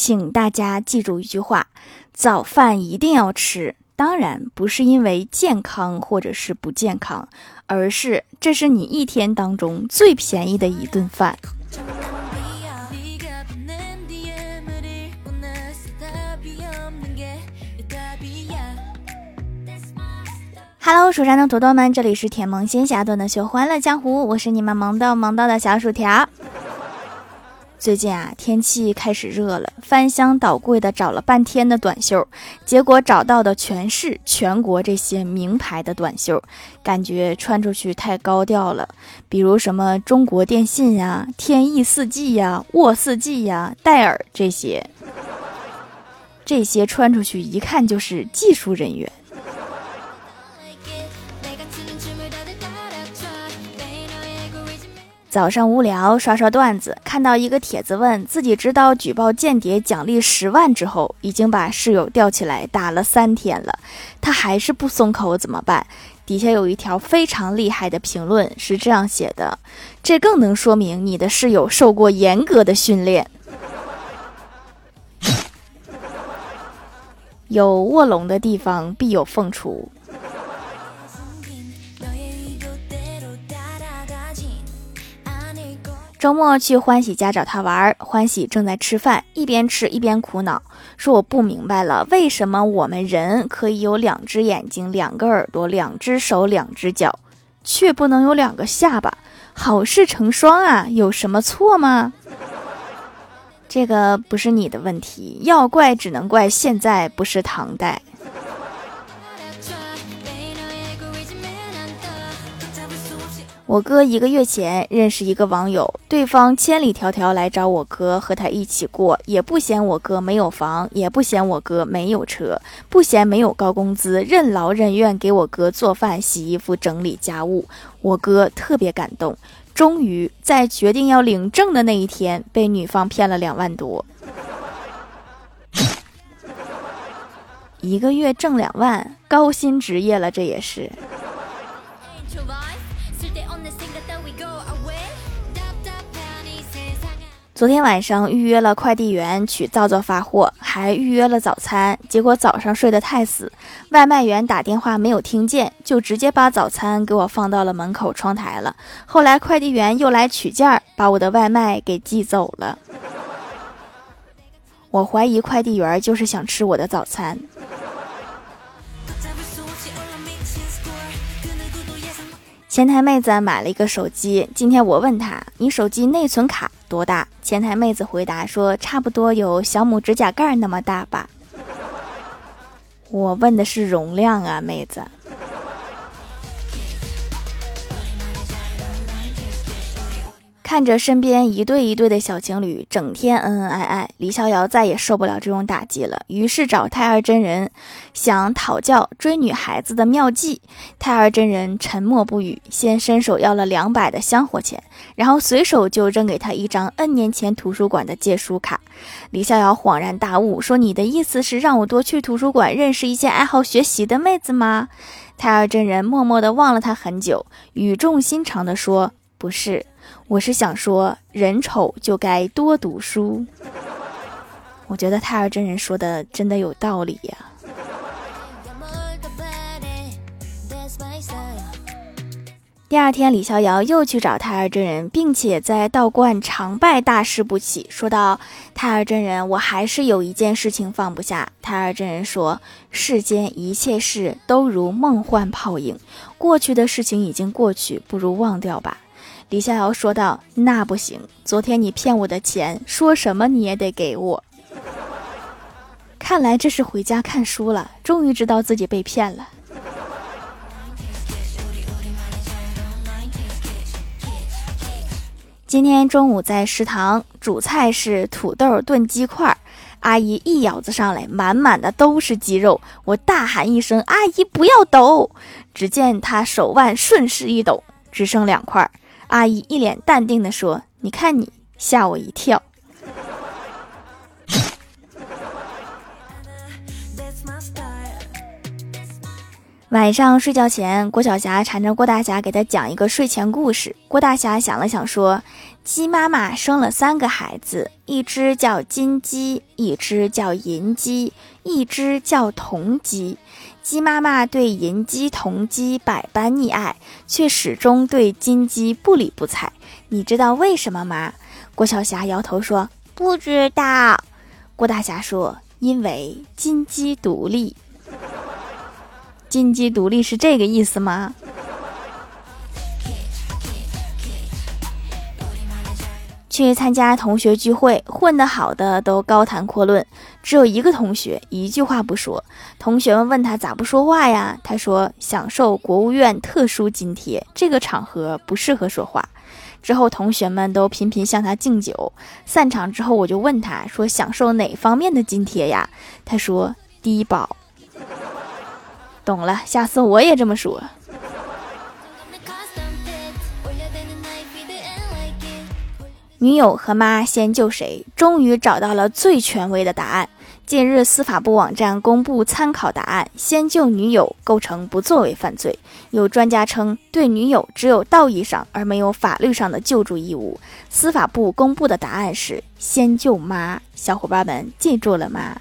请大家记住一句话，早饭一定要吃，当然不是因为健康或者是不健康，而是这是你一天当中最便宜的一顿饭。Hello， 蜀山的土豆们，这里是甜萌仙侠段的秀欢乐江湖，我是你们萌到的小薯条。最近天气开始热了，翻箱倒柜的找了半天的短袖，结果找到的全是全国这些名牌的短袖，感觉穿出去太高调了。比如什么中国电信呀、天翼四 G 呀、沃四 G 呀、戴尔这些穿出去一看就是技术人员。早上无聊刷段子，看到一个帖子问自己知道举报间谍奖励10万之后，已经把室友吊起来打了3天了，他还是不松口怎么办？底下有一条非常厉害的评论是这样写的，这更能说明你的室友受过严格的训练。有卧龙的地方必有凤雏。周末去欢喜家找他玩，欢喜正在吃饭，一边吃一边苦恼，说我不明白了，为什么我们人可以有2只眼睛、2个耳朵、2只手、2只脚，却不能有2个下巴？好事成双啊，有什么错吗？这个不是你的问题，要怪只能怪现在不是唐代。我哥1个月前认识一个网友，对方千里迢迢来找我哥和他一起过，也不嫌我哥没有房，也不嫌我哥没有车，不嫌没有高工资，任劳任怨给我哥做饭、洗衣服、整理家务。我哥特别感动，终于在决定要领证的那一天被女方骗了2万多。1个月挣2万，高薪职业了，这也是。昨天晚上预约了快递员去皂发货，还预约了早餐，结果早上睡得太死，外卖员打电话没有听见，就直接把早餐给我放到了门口窗台了。后来快递员又来取件，把我的外卖给寄走了。我怀疑快递员就是想吃我的早餐。前台妹子买了一个手机，今天我问她，你手机内存卡多大？前台妹子回答说，差不多有小拇指甲盖那么大吧。我问的是容量啊，妹子。看着身边一对一对的小情侣整天恩恩爱爱，李逍遥再也受不了这种打击了，于是找太二真人想讨教追女孩子的妙计。太二真人沉默不语，先伸手要了200的香火钱，然后随手就扔给他一张 N 年前图书馆的借书卡。李逍遥恍然大悟，说你的意思是让我多去图书馆认识一些爱好学习的妹子吗？太二真人默默地望了他很久，语重心长地说，不是，我是想说人丑就该多读书。我觉得太二真人说的真的有道理呀。第二天李逍遥又去找太二真人，并且在道观常拜大事不起，说道，太二真人，我还是有一件事情放不下。太二真人说，世间一切事都如梦幻泡影，过去的事情已经过去，不如忘掉吧。李逍遥说道，那不行，昨天你骗我的钱，说什么你也得给我。看来这是回家看书了，终于知道自己被骗了。今天中午在食堂，主菜是土豆炖鸡块，阿姨一舀子上来，满满的都是鸡肉，我大喊一声，阿姨不要抖，只见她手腕顺势一抖，只剩2块。阿姨一脸淡定地说，你看你，吓我一跳。晚上睡觉前，郭晓霞缠着郭大侠给他讲一个睡前故事。郭大侠想了想说， 鸡妈妈生了3个孩子，一只叫金鸡，一只叫银鸡，一只叫铜鸡。鸡妈妈对银鸡、铜鸡百般溺爱，却始终对金鸡不理不睬。你知道为什么吗？郭晓霞摇头说不知道。郭大侠说因为金鸡独立。金鸡独立是这个意思吗？去参加同学聚会，混得好的都高谈阔论，只有一个同学一句话不说。同学们问他咋不说话呀？他说享受国务院特殊津贴，这个场合不适合说话。之后同学们都频频向他敬酒。散场之后我就问他说享受哪方面的津贴呀？他说低保。懂了，下次我也这么说。女友和妈先救谁？终于找到了最权威的答案。近日司法部网站公布参考答案，先救女友构成不作为犯罪。有专家称对女友只有道义上而没有法律上的救助义务。司法部公布的答案是先救妈，小伙伴们记住了吗？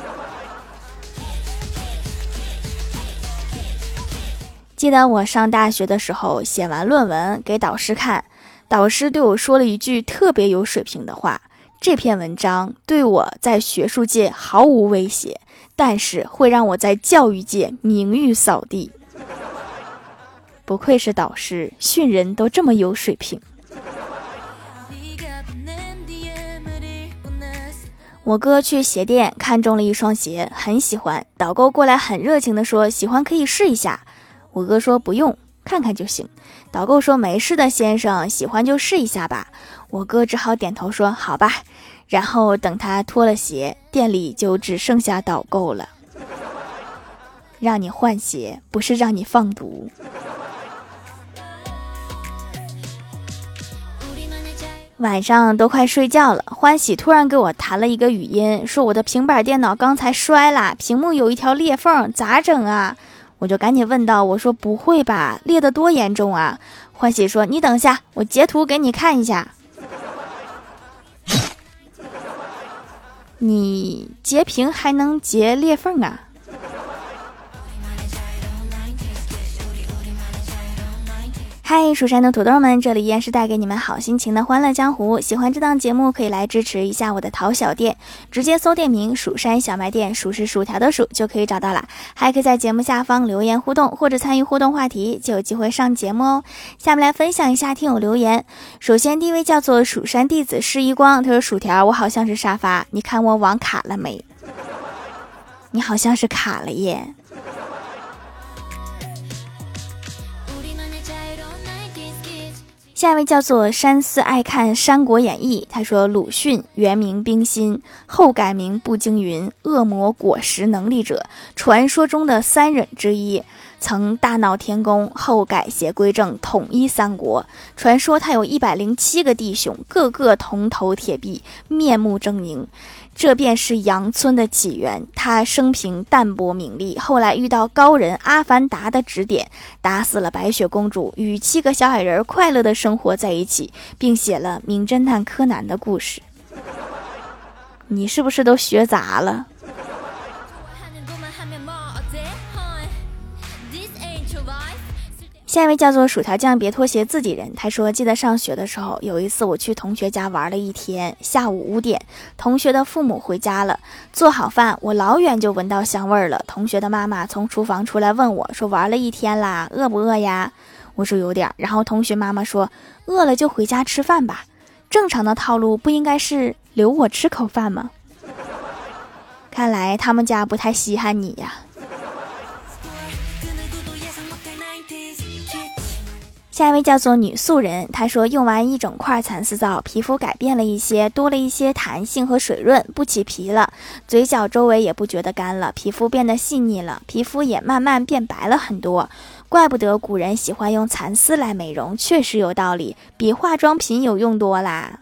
记得我上大学的时候写完论文给导师看，导师对我说了一句特别有水平的话，这篇文章对我在学术界毫无威胁，但是会让我在教育界名誉扫地。不愧是导师，训人都这么有水平。我哥去鞋店看中了一双鞋，很喜欢，导购过来很热情地说喜欢可以试一下。我哥说不用，看看就行。导购说没事的先生，喜欢就试一下吧。我哥只好点头说好吧。然后等他脱了鞋，店里就只剩下导购了。让你换鞋，不是让你放毒。晚上都快睡觉了，欢喜突然给我弹了一个语音，说我的平板电脑刚才摔了，屏幕有一条裂缝，咋整啊？我就赶紧问道，我说不会吧，裂得多严重啊？欢喜说你等下，我截图给你看一下。你截屏还能截裂缝啊？嗨，蜀山的土豆们，这里依然是带给你们好心情的欢乐江湖。喜欢这档节目可以来支持一下我的淘小店，直接搜店名蜀山小卖店，蜀是薯条的蜀就可以找到了。还可以在节目下方留言互动，或者参与互动话题，就有机会上节目哦。下面来分享一下听友留言。首先第一位叫做蜀山弟子施一光，他说薯条我好像是沙发，你看我网卡了没？你好像是卡了耶。下一位叫做山寺爱看三国演义，他说鲁迅原名冰心，后改名步惊云，恶魔果实能力者，传说中的3忍之一，曾大闹天宫，后改邪归正，统一三国。传说他有107个弟兄，个个铜头铁臂，面目狰狞，这便是杨村的起源。他生平淡泊名利，后来遇到高人阿凡达的指点，打死了白雪公主，与7个小矮人快乐地生活在一起，并写了名侦探柯南的故事。你是不是都学杂了？下一位叫做薯条酱别拖鞋自己人，他说记得上学的时候，有一次我去同学家玩了一天，下午5点同学的父母回家了，做好饭，我老远就闻到香味了。同学的妈妈从厨房出来问我说玩了一天啦，饿不饿呀？我说有点。然后同学妈妈说饿了就回家吃饭吧。正常的套路不应该是留我吃口饭吗？看来他们家不太稀罕你呀。下一位叫做女素人，她说用完1整块蚕丝皂，皮肤改变了一些，多了一些弹性和水润，不起皮了，嘴角周围也不觉得干了，皮肤变得细腻了，皮肤也慢慢变白了很多。怪不得古人喜欢用蚕丝来美容，确实有道理，比化妆品有用多啦。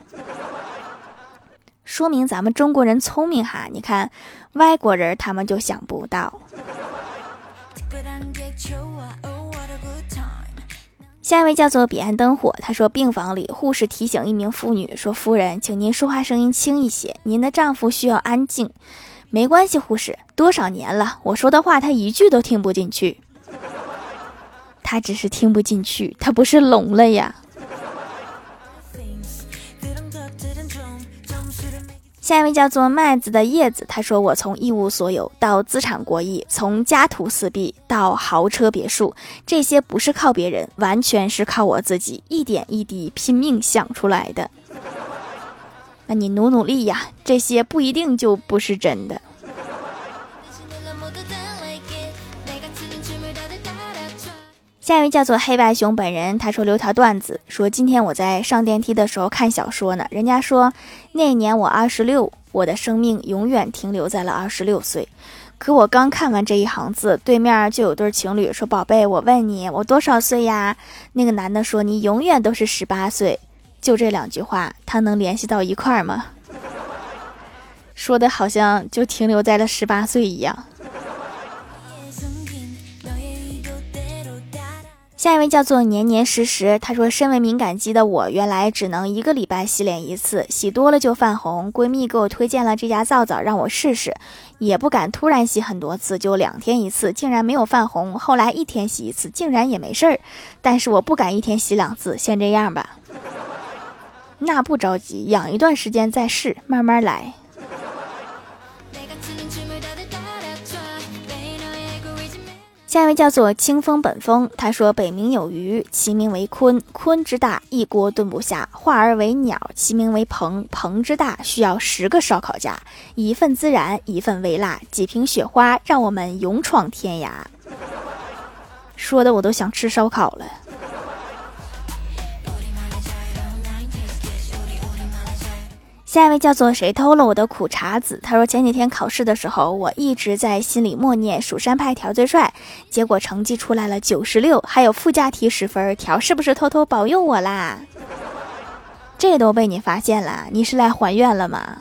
说明咱们中国人聪明哈，你看外国人他们就想不到。 下一位叫做彼岸灯火，他说病房里护士提醒一名妇女说，夫人请您说话声音轻一些，您的丈夫需要安静。没关系护士，多少年了，我说的话他一句都听不进去。他只是听不进去，他不是聋了呀。下一位叫做麦子的叶子，他说我从一无所有到资产过亿，从家徒四壁到豪车别墅，这些不是靠别人，完全是靠我自己一点一滴拼命想出来的。那你努力呀，这些不一定就不是真的。下一位叫做黑白熊本人，他说留条段子，说今天我在上电梯的时候看小说呢，人家说那一年我26，我的生命永远停留在了26岁。可我刚看完这一行字，对面就有对情侣说，宝贝，我问你我多少岁呀？那个男的说，你永远都是18岁。就这2句话，他能联系到一块儿吗？说的好像就停留在了18岁一样。下一位叫做年年时时，他说身为敏感肌的我，原来只能1个礼拜洗脸一次，洗多了就泛红。闺蜜给我推荐了这家皂皂让我试试，也不敢突然洗很多次，就2天一次，竟然没有泛红。后来1天洗一次，竟然也没事儿。但是我不敢1天洗2次，先这样吧。那不着急，养一段时间再试，慢慢来。下一位叫做清风本风，他说北冥有鱼，其名为鲲，鲲之大，一锅炖不下；化而为鸟，其名为鹏，鹏之大，需要10个烧烤架，一份孜然，一份微辣，几瓶雪花，让我们勇闯天涯。说的我都想吃烧烤了。下一位叫做谁偷了我的苦茶子，他说前几天考试的时候，我一直在心里默念蜀山派条最帅，结果成绩出来了96，还有附加题10分，条是不是偷偷保佑我啦？这都被你发现了，你是来还愿了吗？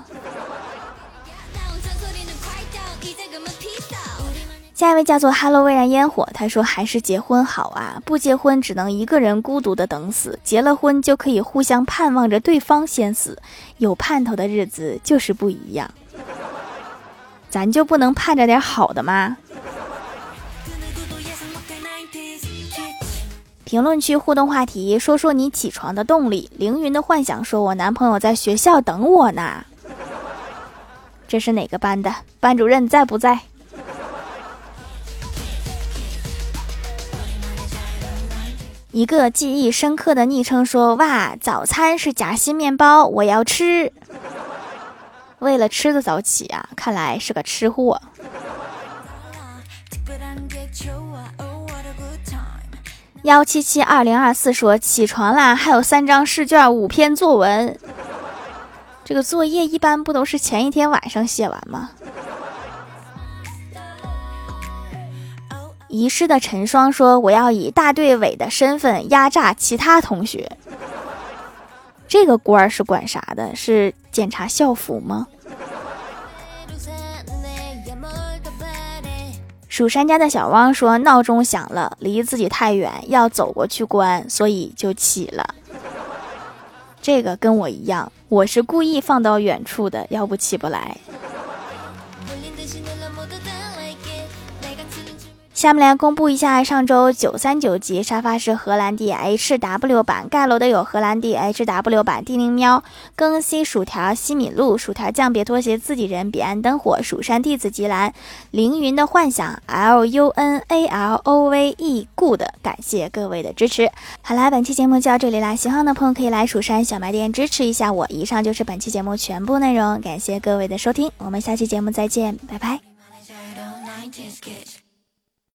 下一位叫做哈喽微燃烟火，他说还是结婚好啊，不结婚只能一个人孤独的等死，结了婚就可以互相盼望着对方先死，有盼头的日子就是不一样。咱就不能盼着点好的吗？评论区互动话题，说说你起床的动力。凌云的幻想说，我男朋友在学校等我呢。这是哪个班的？班主任在不在？一个记忆深刻的昵称说，哇，早餐是夹心面包，我要吃。为了吃的早起啊，看来是个吃货。1772024说，起床啦，还有3张试卷，5篇作文。这个作业一般不都是前一天晚上写完吗？遗失的陈双说，我要以大队委的身份压榨其他同学。这个官是管啥的？是检查校服吗？蜀山家的小汪说，闹钟响了，离自己太远，要走过去关，所以就起了。这个跟我一样，我是故意放到远处的，要不起不来。下面来公布一下上周939集沙发是荷兰弟 HW 版，盖楼的有荷兰弟 HW 版、地灵喵、更新薯条、西米露、薯条酱、别拖鞋、自己人、彼岸灯火、蜀山弟子吉兰、凌云的幻想、LUNALOVE good， 感谢各位的支持。好啦，本期节目就到这里啦，喜欢的朋友可以来蜀山小卖店支持一下我。以上就是本期节目全部内容，感谢各位的收听，我们下期节目再见，拜拜。